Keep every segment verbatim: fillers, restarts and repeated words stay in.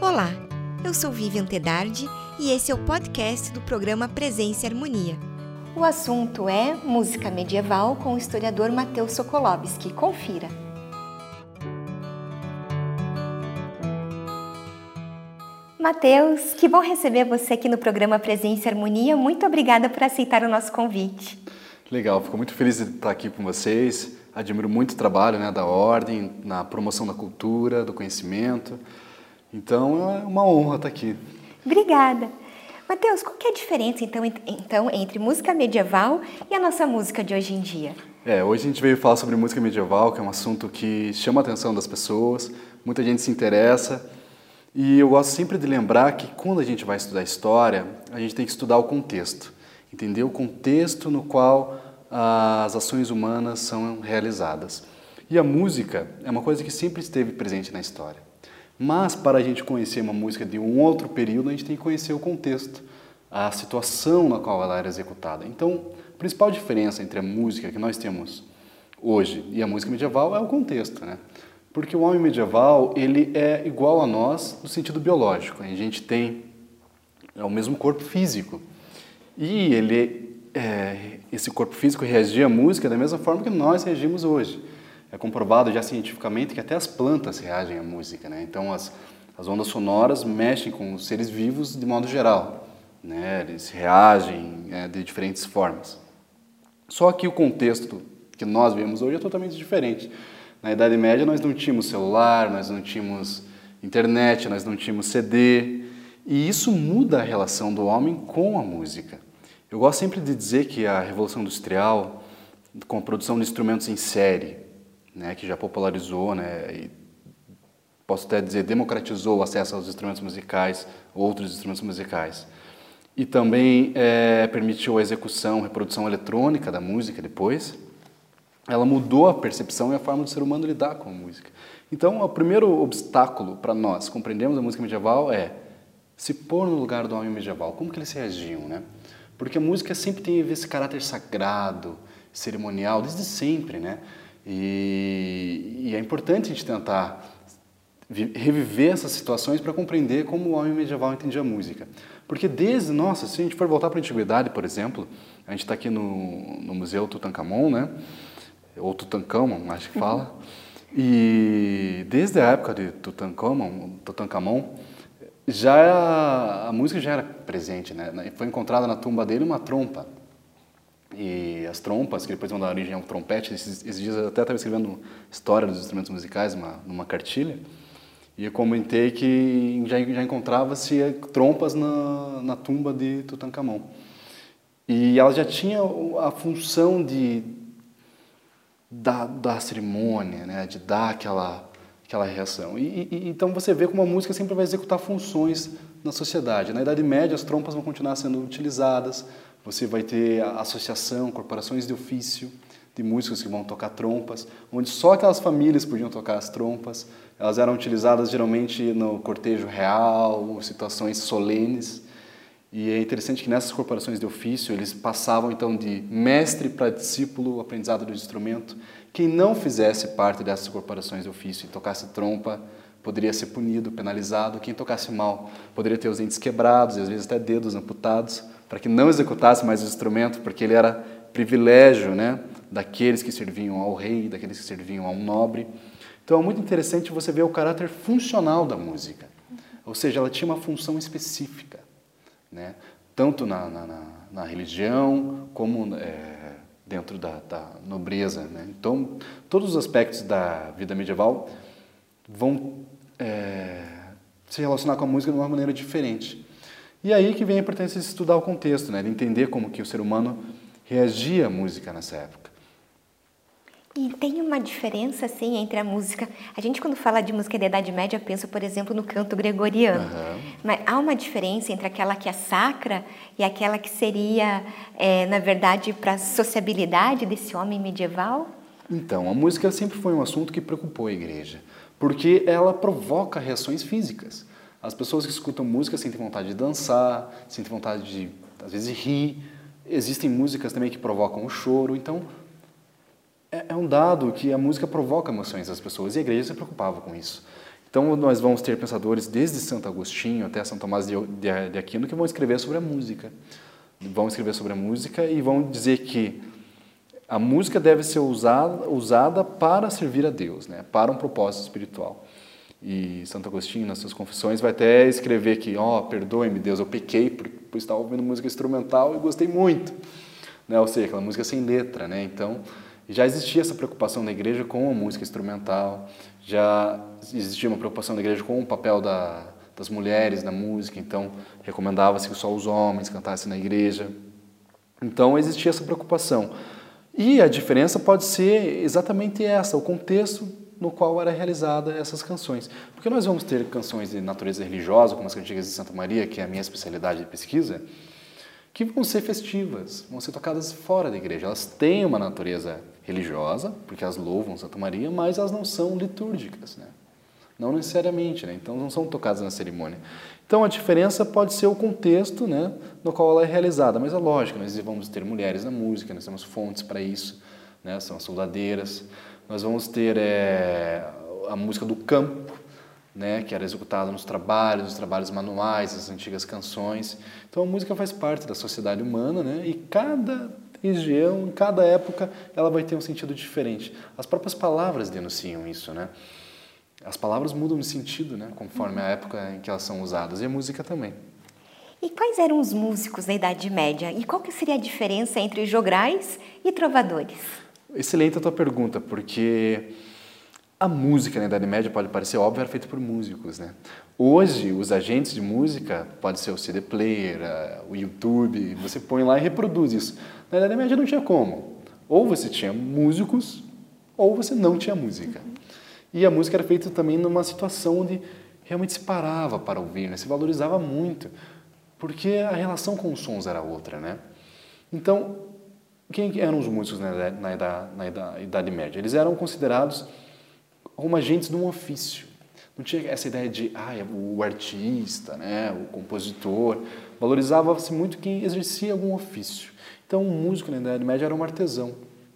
Olá, eu sou Vivian Tedardi e esse é o podcast do programa Presença e Harmonia. O assunto é música medieval com o historiador Mateusz Sokolowski. Confira! Mateusz, que bom receber você aqui no programa Presença e Harmonia. Muito obrigada por aceitar o nosso convite. Legal, fico muito feliz de estar aqui com vocês. Admiro muito o trabalho, né, da Ordem, na promoção da cultura, do conhecimento. Então, é uma honra estar aqui. Obrigada. Mateusz, qual que é a diferença, então, ent- então, entre música medieval e a nossa música de hoje em dia? É, hoje a gente veio falar sobre música medieval, que é um assunto que chama a atenção das pessoas, muita gente se interessa. E eu gosto sempre de lembrar que quando a gente vai estudar história, a gente tem que estudar o contexto. Entender o contexto no qual as ações humanas são realizadas. E a música é uma coisa que sempre esteve presente na história. Mas para a gente conhecer uma música de um outro período, a gente tem que conhecer o contexto, a situação na qual ela era executada. Então, a principal diferença entre a música que nós temos hoje e a música medieval é o contexto, né? Porque o homem medieval, ele é igual a nós no sentido biológico. A gente tem é o mesmo corpo físico. E ele, é, esse corpo físico reagia à música da mesma forma que nós reagimos hoje. É comprovado já cientificamente que até as plantas reagem à música, né? Então, as, as ondas sonoras mexem com os seres vivos de modo geral, né? Eles reagem é, de diferentes formas. Só que o contexto que nós vemos hoje é totalmente diferente. Na Idade Média, nós não tínhamos celular, nós não tínhamos internet, nós não tínhamos C D, e isso muda a relação do homem com a música. Eu gosto sempre de dizer que a Revolução Industrial, com a produção de instrumentos em série, né, que já popularizou, né, e posso até dizer democratizou o acesso aos instrumentos musicais, outros instrumentos musicais, e também é, permitiu a execução, reprodução eletrônica da música depois, ela mudou a percepção e a forma do ser humano lidar com a música. Então, o primeiro obstáculo para nós compreendermos a música medieval é se pôr no lugar do homem medieval. Como que eles reagiam, né? Porque a música sempre tem esse caráter sagrado, cerimonial, desde sempre, né? E, e é importante a gente tentar reviver essas situações para compreender como o homem medieval entendia a música. Porque desde, nossa, se a gente for voltar para a Antiguidade, por exemplo, a gente está aqui no, no Museu Tutankhamon, né? Ou Tutankhamon, acho que fala. E desde a época de Tutankhamon, Tutankhamon já era, a música já era presente, né? Foi encontrada na tumba dele uma trompa. E as trompas, que depois vão dar origem ao trompete, esses, esses dias eu até estava escrevendo história dos instrumentos musicais uma, numa cartilha, e eu comentei que já, já encontrava-se trompas na, na tumba de Tutankhamon. E ela já tinha a função de, da, da cerimônia, né, de dar aquela, aquela reação. E, e, então você vê como a música sempre vai executar funções na sociedade. Na Idade Média as trompas vão continuar sendo utilizadas, você vai ter a associação, corporações de ofício, de músicos que vão tocar trompas, onde só aquelas famílias podiam tocar as trompas. Elas eram utilizadas geralmente no cortejo real, situações solenes. E é interessante que nessas corporações de ofício, eles passavam então de mestre para discípulo, o aprendizado do instrumento. Quem não fizesse parte dessas corporações de ofício e tocasse trompa, poderia ser punido, penalizado. Quem tocasse mal poderia ter os dentes quebrados e às vezes até dedos amputados, para que não executasse mais o instrumento, porque ele era privilégio, né, daqueles que serviam ao rei, daqueles que serviam a um nobre. Então é muito interessante você ver o caráter funcional da música, ou seja, ela tinha uma função específica, né, tanto na, na, na, na religião como é, dentro da, da nobreza, né? Então todos os aspectos da vida medieval vão é, se relacionar com a música de uma maneira diferente. E aí que vem a importância de estudar o contexto, né? De entender como que o ser humano reagia à música nessa época. E tem uma diferença, assim, entre a música... A gente, quando fala de música da Idade Média, pensa, por exemplo, no canto gregoriano. Uhum. Mas há uma diferença entre aquela que é sacra e aquela que seria, é, na verdade, para a sociabilidade desse homem medieval? Então, a música sempre foi um assunto que preocupou a igreja, porque ela provoca reações físicas. As pessoas que escutam música sentem vontade de dançar, sentem vontade de, às vezes, rir. Existem músicas também que provocam o choro. Então, é, é um dado que a música provoca emoções das pessoas e a igreja se preocupava com isso. Então nós vamos ter pensadores desde Santo Agostinho até São Tomás de, de, de Aquino que vão escrever sobre a música. Vão escrever sobre a música e vão dizer que a música deve ser usada, usada para servir a Deus, né? Para um propósito espiritual. E Santo Agostinho, nas suas confissões, vai até escrever que, ó, oh, perdoe-me, Deus, eu pequei por, por estar ouvindo música instrumental e gostei muito. Né? Ou seja, aquela música sem letra, né? Então, já existia essa preocupação da igreja com a música instrumental, já existia uma preocupação da igreja com o papel da, das mulheres na música, então recomendava-se que só os homens cantassem na igreja. Então, existia essa preocupação. E a diferença pode ser exatamente essa, o contexto no qual era realizada essas canções. Porque nós vamos ter canções de natureza religiosa, como as cantigas de Santa Maria, que é a minha especialidade de pesquisa, que vão ser festivas, vão ser tocadas fora da igreja. Elas têm uma natureza religiosa, porque elas louvam Santa Maria, mas elas não são litúrgicas, né? Não necessariamente, né? Então não são tocadas na cerimônia. Então a diferença pode ser o contexto, né, no qual ela é realizada, mas é lógico, nós vamos ter mulheres na música, nós temos fontes para isso, né, são as soldadeiras, nós vamos ter é, a música do campo, né, que era executada nos trabalhos, nos trabalhos manuais, as antigas canções. Então a música faz parte da sociedade humana, né, e cada região, em cada época, ela vai ter um sentido diferente. As próprias palavras denunciam isso, né? As palavras mudam de sentido, né, conforme a época em que elas são usadas, e a música também. E quais eram os músicos da Idade Média? E qual que seria a diferença entre jograis e trovadores? Excelente a tua pergunta, porque a música na Idade Média, pode parecer óbvio, era feita por músicos, né? Hoje, os agentes de música, pode ser o C D player, o YouTube, você põe lá e reproduz isso. Na Idade Média não tinha como. Ou você tinha músicos, ou você não tinha música. E a música era feita também numa situação onde realmente se parava para ouvir, né? Se valorizava muito, porque a relação com os sons era outra, né? Então, quem eram os músicos na, na, idade, na idade, idade Média? Eles eram considerados como agentes de um ofício. Não tinha essa ideia de ah, o artista, né? O compositor. Valorizava-se muito quem exercia algum ofício. Então, um músico na Idade Média era um artesão.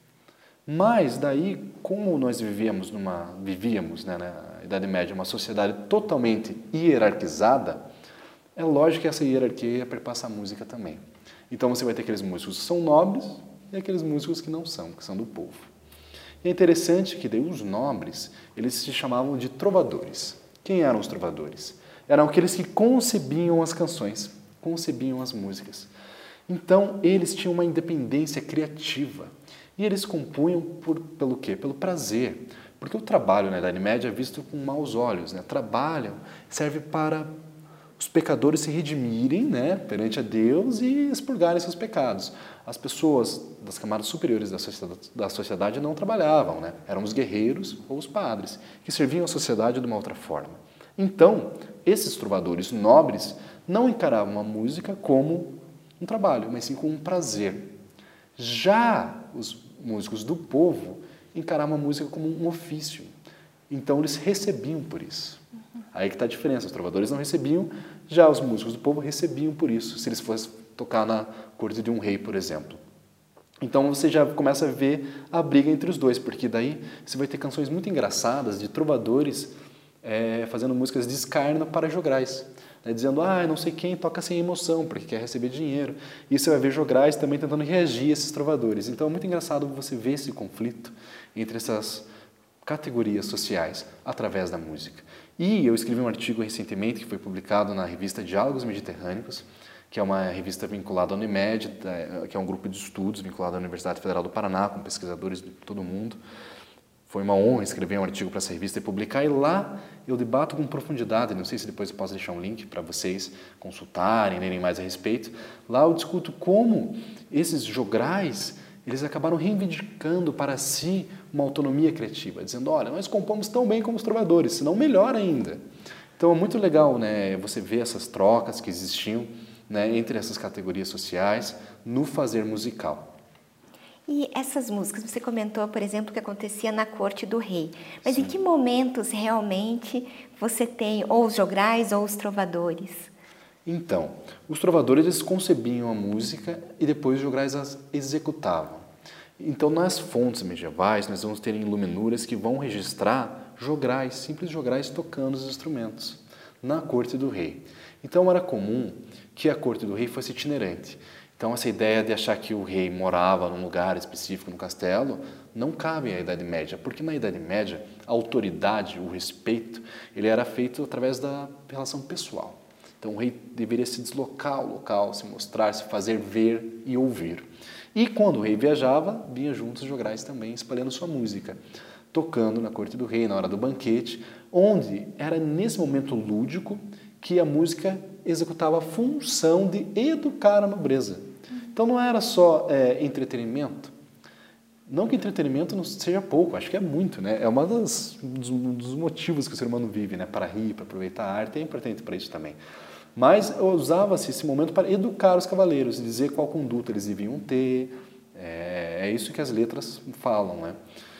Mas daí, como nós vivíamos numa vivíamos, né, na Idade Média, uma sociedade totalmente hierarquizada, é lógico que essa hierarquia ia perpassar a música também. Então você vai ter aqueles músicos que são nobres e aqueles músicos que não são, que são do povo. E é interessante que daí os nobres, eles se chamavam de trovadores. Quem eram os trovadores? Eram aqueles que concebiam as canções, concebiam as músicas. Então eles tinham uma independência criativa. E eles compunham por, pelo quê? Pelo prazer. Porque o trabalho na Idade Média é visto com maus olhos, né? Trabalham serve para os pecadores se redimirem, né, perante a Deus e expurgarem seus pecados. As pessoas das camadas superiores da sociedade, da sociedade não trabalhavam, né? Eram os guerreiros ou os padres, que serviam a sociedade de uma outra forma. Então, esses trovadores nobres não encaravam a música como um trabalho, mas sim como um prazer. Já os músicos do povo encaravam a música como um ofício. Então, eles recebiam por isso. Aí que está a diferença. Os trovadores não recebiam, já os músicos do povo recebiam por isso, se eles fossem tocar na corte de um rei, por exemplo. Então, você já começa a ver a briga entre os dois, porque daí você vai ter canções muito engraçadas de trovadores é, fazendo músicas de escárnio para jograis. Né, dizendo, ah, não sei quem toca sem emoção, porque quer receber dinheiro. E você vai ver jograis também tentando reagir a esses trovadores. Então é muito engraçado você ver esse conflito entre essas categorias sociais através da música. E eu escrevi um artigo recentemente que foi publicado na revista Diálogos Mediterrâneos, que é uma revista vinculada à Unimed, que é um grupo de estudos vinculado à Universidade Federal do Paraná, com pesquisadores de todo o mundo. Foi uma honra escrever um artigo para essa revista e publicar, e lá eu debato com profundidade, não sei se depois eu posso deixar um link para vocês consultarem, lerem mais a respeito. Lá eu discuto como esses jograis, eles acabaram reivindicando para si uma autonomia criativa, dizendo, olha, nós compomos tão bem como os trovadores, se não melhor ainda. Então é muito legal, né, você ver essas trocas que existiam, né, entre essas categorias sociais no fazer musical. E essas músicas, você comentou, por exemplo, que acontecia na corte do rei. Mas Sim. Em que momentos realmente você tem ou os jograis ou os trovadores? Então, os trovadores eles concebiam a música e depois os jograis as executavam. Então, nas fontes medievais, nós vamos ter iluminuras que vão registrar jograis, simples jograis tocando os instrumentos na corte do rei. Então era comum que a corte do rei fosse itinerante. Então essa ideia de achar que o rei morava num lugar específico no castelo não cabe à Idade Média, porque na Idade Média a autoridade, o respeito, ele era feito através da relação pessoal. Então o rei deveria se deslocar ao local, se mostrar, se fazer ver e ouvir. E quando o rei viajava, vinha juntos os jograis também, espalhando sua música, tocando na corte do rei, na hora do banquete, onde era nesse momento lúdico que a música executava a função de educar a nobreza. Então não era só é, entretenimento. Não que entretenimento não seja pouco, acho que é muito, né? É uma das, um dos, um dos motivos que o ser humano vive, né? Para rir, para aproveitar a arte, é importante para isso também. Mas usava-se esse momento para educar os cavaleiros, dizer qual conduta eles deviam ter. É, é isso que as letras falam, né?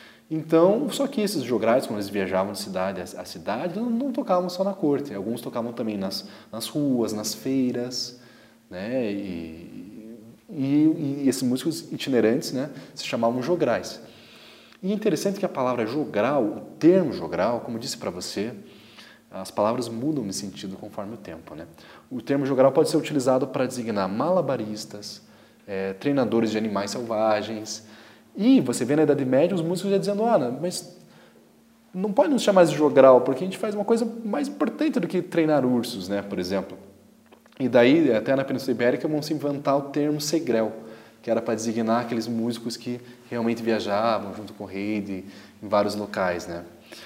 Então, só que esses jograis, quando eles viajavam de cidade a cidade, não, não tocavam só na corte. Alguns tocavam também nas, nas ruas, nas feiras, né? E, e, e esses músicos itinerantes, né, se chamavam jograis. E é interessante que a palavra jogral, o termo jogral, como eu disse para você, as palavras mudam de sentido conforme o tempo, né? O termo jogral pode ser utilizado para designar malabaristas, é, treinadores de animais selvagens. E você vê na Idade Média os músicos já dizendo, ah, mas não pode nos chamar de jogral, porque a gente faz uma coisa mais importante do que treinar ursos, né, por exemplo. E daí, até na Península Ibérica, vão se inventar o termo segrel, que era para designar aqueles músicos que realmente viajavam junto com o rei de, em vários locais, né?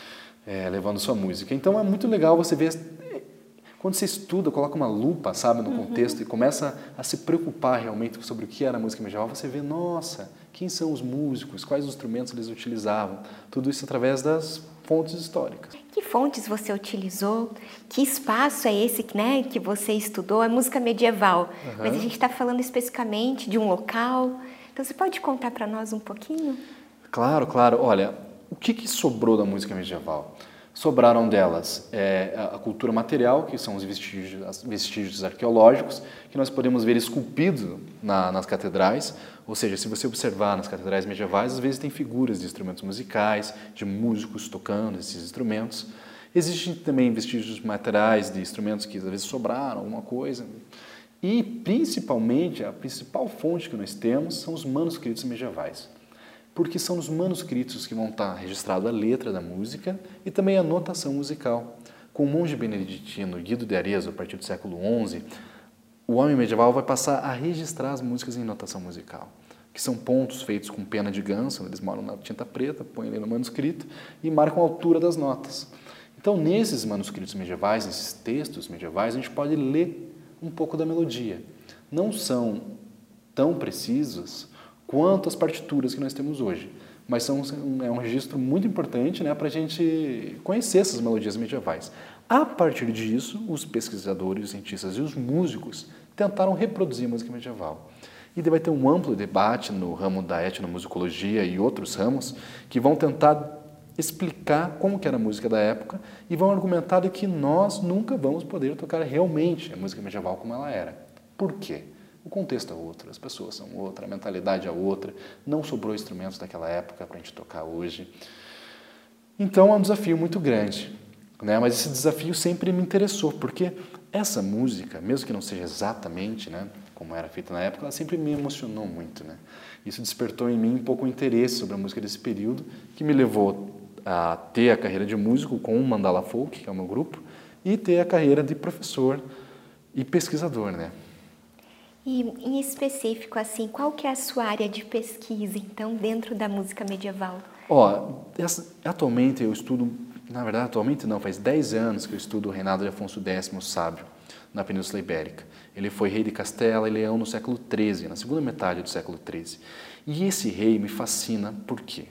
É, levando sua música. Então é muito legal você ver, quando você estuda, coloca uma lupa, sabe, no contexto, uhum, e começa a se preocupar realmente sobre o que era a música medieval, você vê, nossa, quem são os músicos, quais os instrumentos eles utilizavam, tudo isso através das fontes históricas. Que fontes você utilizou? Que espaço é esse, né, que você estudou? É música medieval, uhum, mas a gente está falando especificamente de um local, então você pode contar para nós um pouquinho? Claro, claro. Olha, o que, que sobrou da música medieval? Sobraram delas é, a cultura material, que são os vestígios, vestígios arqueológicos, que nós podemos ver esculpido na, nas catedrais, ou seja, se você observar nas catedrais medievais, às vezes tem figuras de instrumentos musicais, de músicos tocando esses instrumentos. Existem também vestígios materiais de instrumentos que às vezes sobraram, alguma coisa. E, principalmente, a principal fonte que nós temos são os manuscritos medievais, porque são os manuscritos que vão estar registrado a letra da música e também a notação musical. Com o monge beneditino Guido de Arezzo, a partir do século onze, o homem medieval vai passar a registrar as músicas em notação musical, que são pontos feitos com pena de ganso, eles moram na tinta preta, põem ali no manuscrito e marcam a altura das notas. Então, nesses manuscritos medievais, nesses textos medievais, a gente pode ler um pouco da melodia. Não são tão precisos quanto as partituras que nós temos hoje, mas são, é um registro muito importante, né, para a gente conhecer essas melodias medievais. A partir disso, os pesquisadores, os cientistas e os músicos tentaram reproduzir a música medieval. E daí vai ter um amplo debate no ramo da etnomusicologia e outros ramos que vão tentar explicar como que era a música da época e vão argumentar de que nós nunca vamos poder tocar realmente a música medieval como ela era. Por quê? O contexto é outro, as pessoas são outra, a mentalidade é outra, não sobrou instrumentos daquela época para a gente tocar hoje. Então é um desafio muito grande, né? Mas esse desafio sempre me interessou, porque essa música, mesmo que não seja exatamente, né, como era feita na época, ela sempre me emocionou muito, né? Isso despertou em mim um pouco o interesse sobre a música desse período, que me levou a ter a carreira de músico com o Mandala Folk, que é o meu grupo, e ter a carreira de professor e pesquisador, né? E, em específico, assim, qual que é a sua área de pesquisa, então, dentro da música medieval? Ó, essa, atualmente eu estudo, na verdade, atualmente não, faz dez anos que eu estudo o reinado de Afonso X, o Sábio, na Península Ibérica. Ele foi rei de Castela e Leão no século treze, na segunda metade do século treze. E esse rei me fascina, por quê?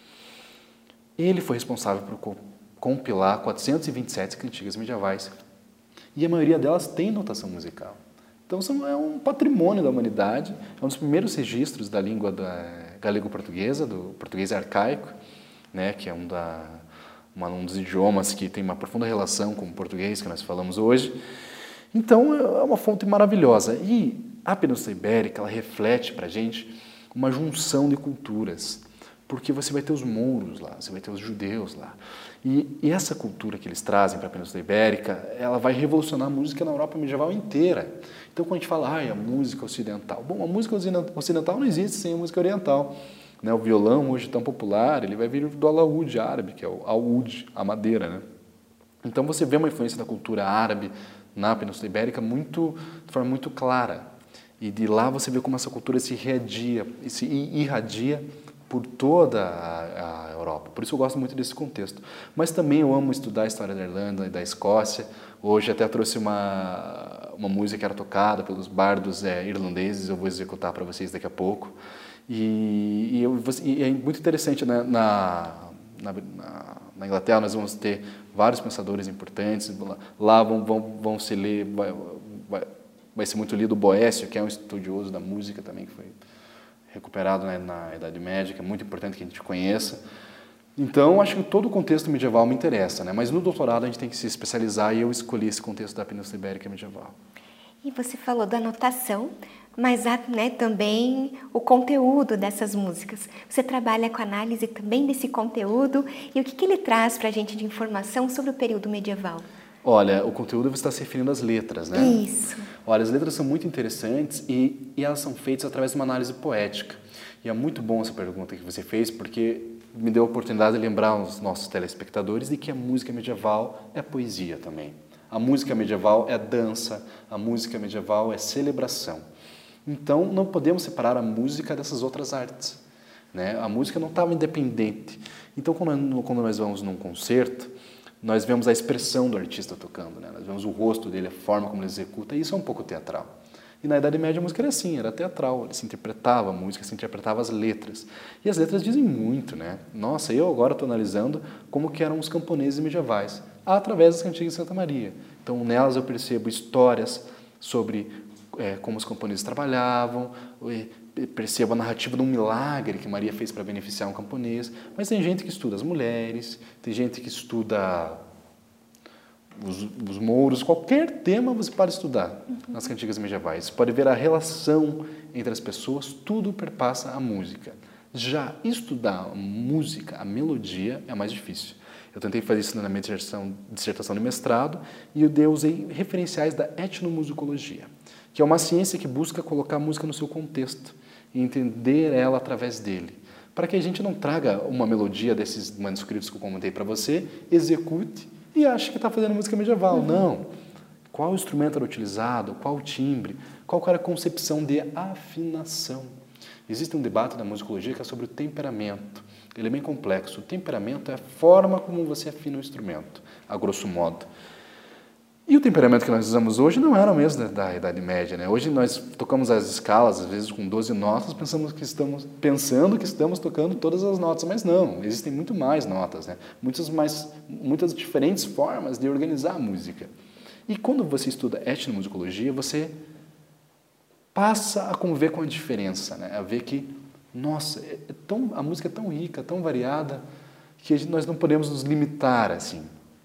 Ele foi responsável por compilar quatrocentas e vinte e sete cantigas medievais, e a maioria delas tem notação musical. Então, é um patrimônio da humanidade, é um dos primeiros registros da língua da galego-portuguesa, do português arcaico, né, que é um, da, uma, um dos idiomas que tem uma profunda relação com o português que nós falamos hoje. Então, é uma fonte maravilhosa. E a Península Ibérica, ela reflete para a gente uma junção de culturas, porque você vai ter os mouros lá, você vai ter os judeus lá. E, e essa cultura que eles trazem para a Península Ibérica, ela vai revolucionar a música na Europa medieval inteira. Então, quando a gente fala, ah, a música ocidental. Bom, a música ocidental não existe sem a música oriental. Né? O violão, hoje tão popular, ele vai vir do alaúde árabe, que é o aúde, a madeira. Né? Então, você vê uma influência da cultura árabe na Península Ibérica muito, de forma muito clara. E de lá você vê como essa cultura se irradia, se irradia por toda a, a Europa. Por isso eu gosto muito desse contexto. Mas também eu amo estudar a história da Irlanda e da Escócia. Hoje até trouxe uma, uma música que era tocada pelos bardos é, irlandeses, eu vou executar para vocês daqui a pouco. E, e, eu, e é muito interessante, né? na, na, na, na Inglaterra nós vamos ter vários pensadores importantes, lá vão, vão, vão se ler, vai, vai, vai ser muito lido o Boécio, que é um estudioso da música também, que foi recuperado, né, na Idade Média, que é muito importante que a gente conheça. Então, acho que todo o contexto medieval me interessa, né? Mas no doutorado a gente tem que se especializar e eu escolhi esse contexto da Península Ibérica medieval. E você falou da notação, mas há, né, também o conteúdo dessas músicas. Você trabalha com análise também desse conteúdo e o que, que ele traz para a gente de informação sobre o período medieval? Olha, o conteúdo você está se referindo às letras, né? Isso. Olha, as letras são muito interessantes e, e elas são feitas através de uma análise poética. E é muito bom essa pergunta que você fez, porque me deu a oportunidade de lembrar aos nossos telespectadores de que a música medieval é poesia também. A música medieval é dança, a música medieval é celebração. Então, não podemos separar a música dessas outras artes, né? A música não estava independente. Então, quando, quando nós vamos num concerto, nós vemos a expressão do artista tocando, né? Nós vemos o rosto dele, a forma como ele executa, e isso é um pouco teatral. E na Idade Média a música era assim, era teatral, ele se interpretava a música, se interpretava as letras. E as letras dizem muito, né? Nossa, eu agora estou analisando como que eram os camponeses medievais, através das cantigas de Santa Maria. Então, nelas eu percebo histórias sobre é, como os camponeses trabalhavam, percebo a narrativa de um milagre que Maria fez para beneficiar um camponês. Mas tem gente que estuda as mulheres, tem gente que estuda os, os mouros, qualquer tema você pode estudar uhum. nas cantigas medievais. Você pode ver a relação entre as pessoas, tudo perpassa a música. Já estudar a música, a melodia, é mais difícil. Eu tentei fazer isso na minha dissertação, dissertação de mestrado e eu usei referenciais da etnomusicologia, que é uma ciência que busca colocar a música no seu contexto e entender ela através dele, para que a gente não traga uma melodia desses manuscritos que eu comentei para você, execute e ache que está fazendo música medieval. Uhum. Não. Qual instrumento era utilizado, qual timbre, qual era a concepção de afinação. Existe um debate da musicologia que é sobre o temperamento. Ele é bem complexo. O temperamento é a forma como você afina o instrumento, a grosso modo. E o temperamento que nós usamos hoje não era o mesmo da, da Idade Média, né? Hoje nós tocamos as escalas, às vezes com doze notas, pensamos que estamos, pensando que estamos tocando todas as notas, mas não, existem muito mais notas, né? Muitas, mais, muitas diferentes formas de organizar a música. E quando você estuda etnomusicologia, você passa a conviver com a diferença, né? A ver que, nossa, é tão, a música é tão rica, tão variada, que a gente, nós não podemos nos limitar assim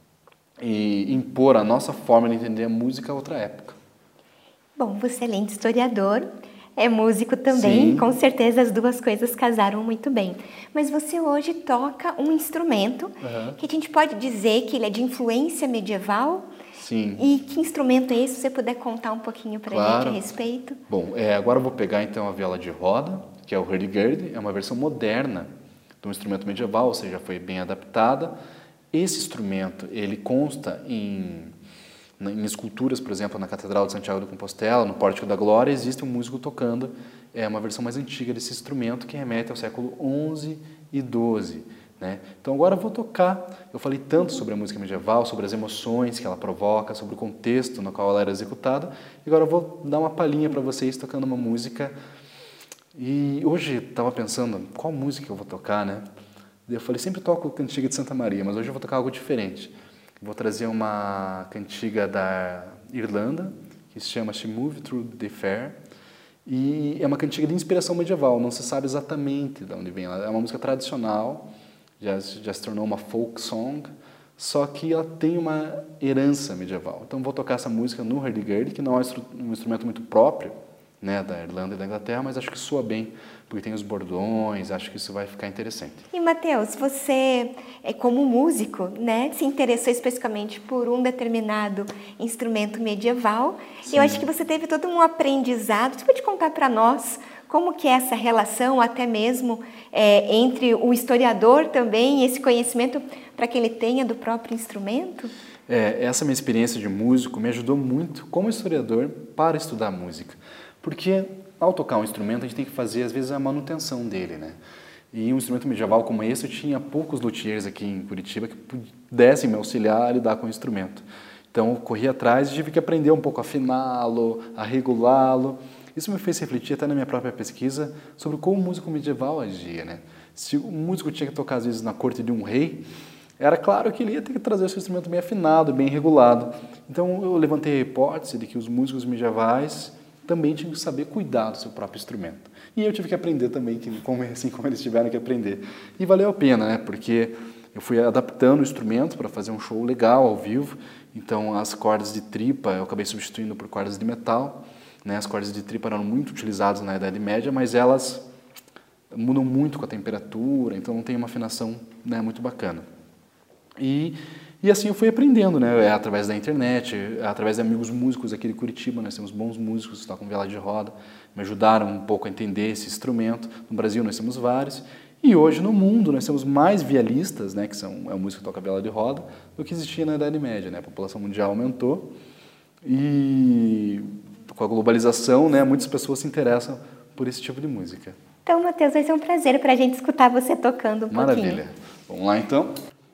e impor a nossa forma de entender a música a outra época. Bom, você além de historiador, é músico também, Sim. Com certeza as duas coisas casaram muito bem. Mas você hoje toca um instrumento uhum. que a gente pode dizer que ele é de influência medieval. Sim. E que instrumento é esse? Se você puder contar um pouquinho para a claro. gente a respeito. Bom, é, agora eu vou pegar então a viola de roda, que é o hurdy-gurdy, é uma versão moderna de um instrumento medieval, ou seja, foi bem adaptada. Esse instrumento, ele consta em, em esculturas, por exemplo, na Catedral de Santiago de Compostela, no Pórtico da Glória, existe um músico tocando, é uma versão mais antiga desse instrumento que remete ao século onze e doze. Né? Então agora eu vou tocar, eu falei tanto sobre a música medieval, sobre as emoções que ela provoca, sobre o contexto no qual ela era executada, e agora eu vou dar uma palhinha para vocês tocando uma música. E hoje eu estava pensando, qual música eu vou tocar, né? Eu falei, sempre toco cantiga de Santa Maria, mas hoje eu vou tocar algo diferente. Vou trazer uma cantiga da Irlanda, que se chama She Moved Through the Fair, e é uma cantiga de inspiração medieval, não se sabe exatamente de onde vem ela. É uma música tradicional, já, já se tornou uma folk song, só que ela tem uma herança medieval. Então vou tocar essa música no hurdy-gurdy, que não é um instrumento muito próprio né, da Irlanda e da Inglaterra, mas acho que soa bem, porque tem os bordões, acho que isso vai ficar interessante. E, Matheus, você, é, como músico, né, se interessou especificamente por um determinado instrumento medieval. Sim. Eu acho que você teve todo um aprendizado. Você pode contar para nós como que é essa relação, até mesmo é, entre o historiador também e esse conhecimento para que ele tenha do próprio instrumento? É, essa minha experiência de músico me ajudou muito como historiador para estudar música. Porque ao tocar um instrumento, a gente tem que fazer, às vezes, a manutenção dele, né? E um instrumento medieval como esse, eu tinha poucos luthiers aqui em Curitiba que pudessem me auxiliar a lidar com o instrumento. Então, eu corri atrás e tive que aprender um pouco a afiná-lo, a regulá-lo. Isso me fez refletir até na minha própria pesquisa sobre como o músico medieval agia, né? Se o músico tinha que tocar, às vezes, na corte de um rei, era claro que ele ia ter que trazer o seu instrumento bem afinado, bem regulado. Então, eu levantei a hipótese de que os músicos medievais também tinham que saber cuidar do seu próprio instrumento. E eu tive que aprender também, que, como, assim como eles tiveram que aprender. E valeu a pena, né? Porque eu fui adaptando o instrumento para fazer um show legal, ao vivo. Então, as cordas de tripa eu acabei substituindo por cordas de metal. Né? As cordas de tripa eram muito utilizadas na Idade Média, mas elas mudam muito com a temperatura, então não tem uma afinação, né, muito bacana. E... E assim eu fui aprendendo, né? É através da internet, é através de amigos músicos aqui de Curitiba, nós temos bons músicos que tocam viola de roda, me ajudaram um pouco a entender esse instrumento. No Brasil nós temos vários, e hoje no mundo nós temos mais vialistas, né, que são, é o músico que toca viola de roda, do que existia na Idade Média, né? A população mundial aumentou, e com a globalização, né, muitas pessoas se interessam por esse tipo de música. Então, Matheus, vai ser um prazer para a gente escutar você tocando um Maravilha. pouquinho. Maravilha. Vamos lá então.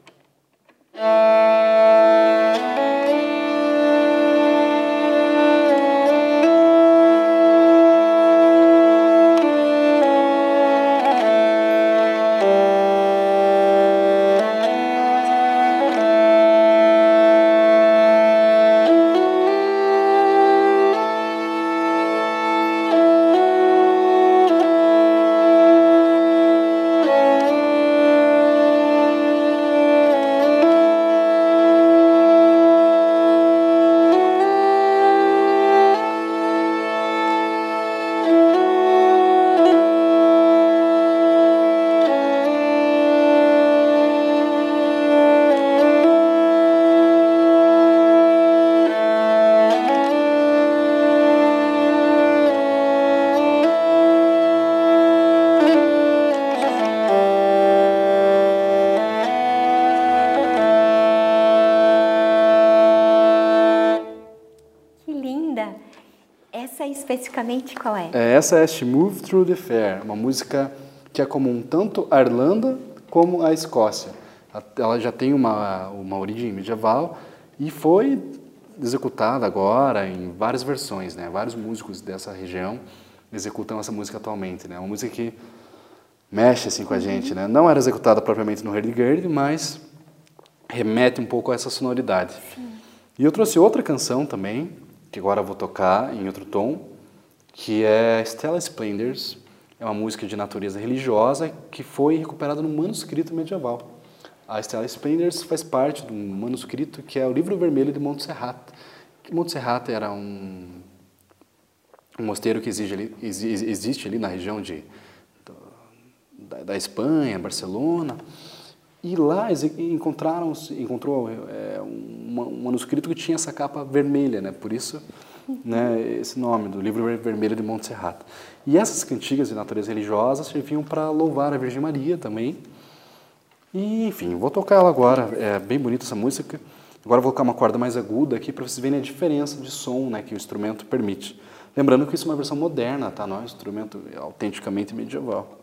Essa especificamente qual é? é essa é She Moved Through the Fair, uma música que é comum tanto à Irlanda como à Escócia. Ela já tem uma, uma origem medieval e foi executada agora em várias versões, né? Vários músicos dessa região executam essa música atualmente, né? Uma música que mexe assim com a gente, né? Não era executada propriamente no hurdy-gurdy, mas remete um pouco a essa sonoridade. Sim. E eu trouxe outra canção também, que agora eu vou tocar em outro tom, que é Stella Splendors. É uma música de natureza religiosa que foi recuperada no manuscrito medieval. A Stella Splendors faz parte de um manuscrito que é o Livro Vermelho de Montserrat. Montserrat era um, um mosteiro que exige ali, existe ali na região de, da, da Espanha, Barcelona. E lá encontraram, encontrou é, um, um manuscrito que tinha essa capa vermelha, né? Por isso, né, esse nome, do Livro Vermelho de Montserrat. E essas cantigas de natureza religiosa serviam para louvar a Virgem Maria também. E, enfim, vou tocar ela agora, é bem bonita essa música. Agora vou colocar uma corda mais aguda aqui para vocês verem a diferença de som, né, que o instrumento permite. Lembrando que isso é uma versão moderna, tá? Não é um instrumento autenticamente medieval.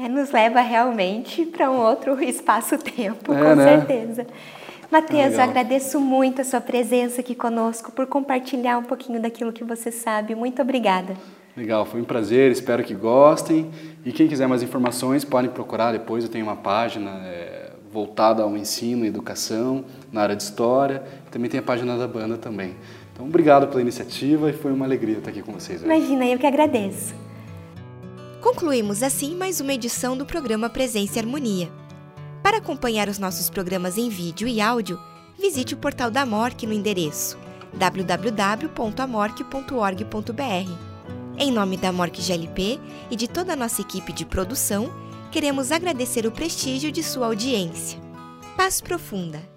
É, nos leva realmente para um outro espaço-tempo, É, com né? certeza. Matheus, Ah, eu agradeço muito a sua presença aqui conosco, por compartilhar um pouquinho daquilo que você sabe. Muito obrigada. Legal, foi um prazer, espero que gostem. E quem quiser mais informações, podem procurar depois, eu tenho uma página é, voltada ao ensino e educação na área de história. Também tem a página da banda também. Então, obrigado pela iniciativa e foi uma alegria estar aqui com vocês hoje. Imagina, eu que agradeço. Concluímos assim mais uma edição do programa Presença e Harmonia. Para acompanhar os nossos programas em vídeo e áudio, visite o portal da Amorc no endereço w w w ponto amorc ponto org ponto b r. Em nome da Amorc G L P e de toda a nossa equipe de produção, queremos agradecer o prestígio de sua audiência. Paz profunda!